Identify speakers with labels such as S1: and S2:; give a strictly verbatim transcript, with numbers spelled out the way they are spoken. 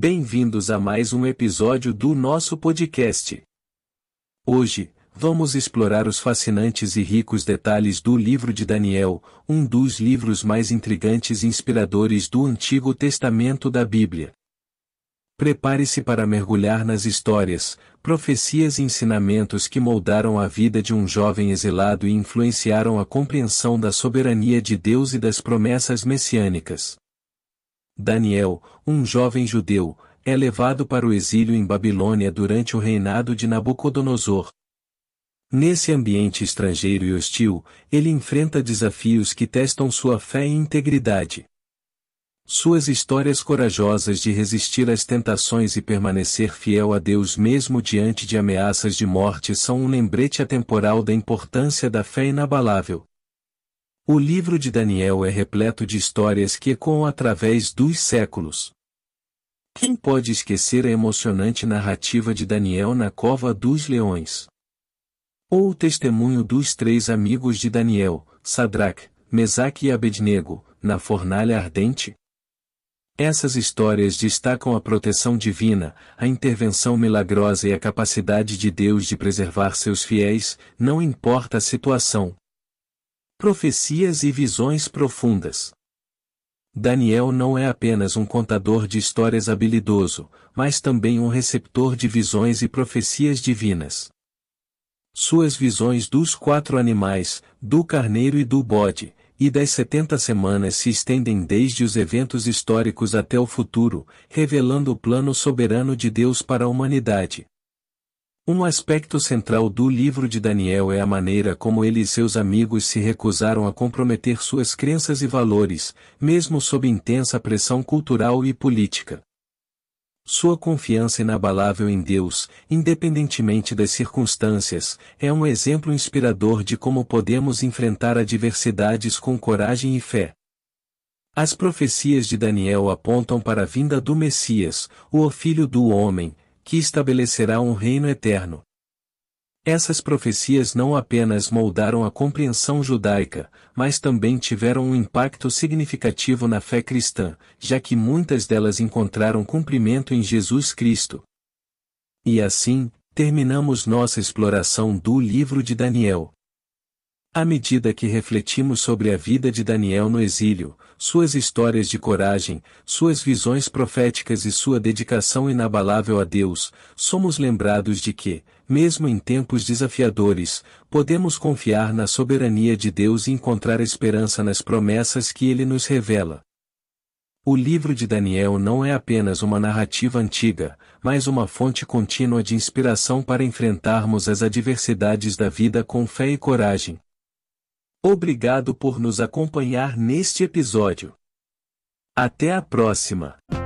S1: Bem-vindos a mais um episódio do nosso podcast. Hoje, vamos explorar os fascinantes e ricos detalhes do livro de Daniel, um dos livros mais intrigantes e inspiradores do Antigo Testamento da Bíblia. Prepare-se para mergulhar nas histórias, profecias e ensinamentos que moldaram a vida de um jovem exilado e influenciaram a compreensão da soberania de Deus e das promessas messiânicas. Daniel, um jovem judeu, é levado para o exílio em Babilônia durante o reinado de Nabucodonosor. Nesse ambiente estrangeiro e hostil, ele enfrenta desafios que testam sua fé e integridade. Suas histórias corajosas de resistir às tentações e permanecer fiel a Deus mesmo diante de ameaças de morte são um lembrete atemporal da importância da fé inabalável. O livro de Daniel é repleto de histórias que ecoam através dos séculos. Quem pode esquecer a emocionante narrativa de Daniel na cova dos leões? Ou o testemunho dos três amigos de Daniel, Sadraque, Mesaque e Abednego, na fornalha ardente? Essas histórias destacam a proteção divina, a intervenção milagrosa e a capacidade de Deus de preservar seus fiéis, não importa a situação. Profecias e visões profundas. Daniel não é apenas um contador de histórias habilidoso, mas também um receptor de visões e profecias divinas. Suas visões dos quatro animais, do carneiro e do bode, e das setenta semanas se estendem desde os eventos históricos até o futuro, revelando o plano soberano de Deus para a humanidade. Um aspecto central do livro de Daniel é a maneira como ele e seus amigos se recusaram a comprometer suas crenças e valores, mesmo sob intensa pressão cultural e política. Sua confiança inabalável em Deus, independentemente das circunstâncias, é um exemplo inspirador de como podemos enfrentar adversidades com coragem e fé. As profecias de Daniel apontam para a vinda do Messias, o Filho do Homem, que estabelecerá um reino eterno. Essas profecias não apenas moldaram a compreensão judaica, mas também tiveram um impacto significativo na fé cristã, já que muitas delas encontraram cumprimento em Jesus Cristo. E assim, terminamos nossa exploração do livro de Daniel. À medida que refletimos sobre a vida de Daniel no exílio, suas histórias de coragem, suas visões proféticas e sua dedicação inabalável a Deus, somos lembrados de que, mesmo em tempos desafiadores, podemos confiar na soberania de Deus e encontrar esperança nas promessas que Ele nos revela. O livro de Daniel não é apenas uma narrativa antiga, mas uma fonte contínua de inspiração para enfrentarmos as adversidades da vida com fé e coragem. Obrigado por nos acompanhar neste episódio. Até a próxima!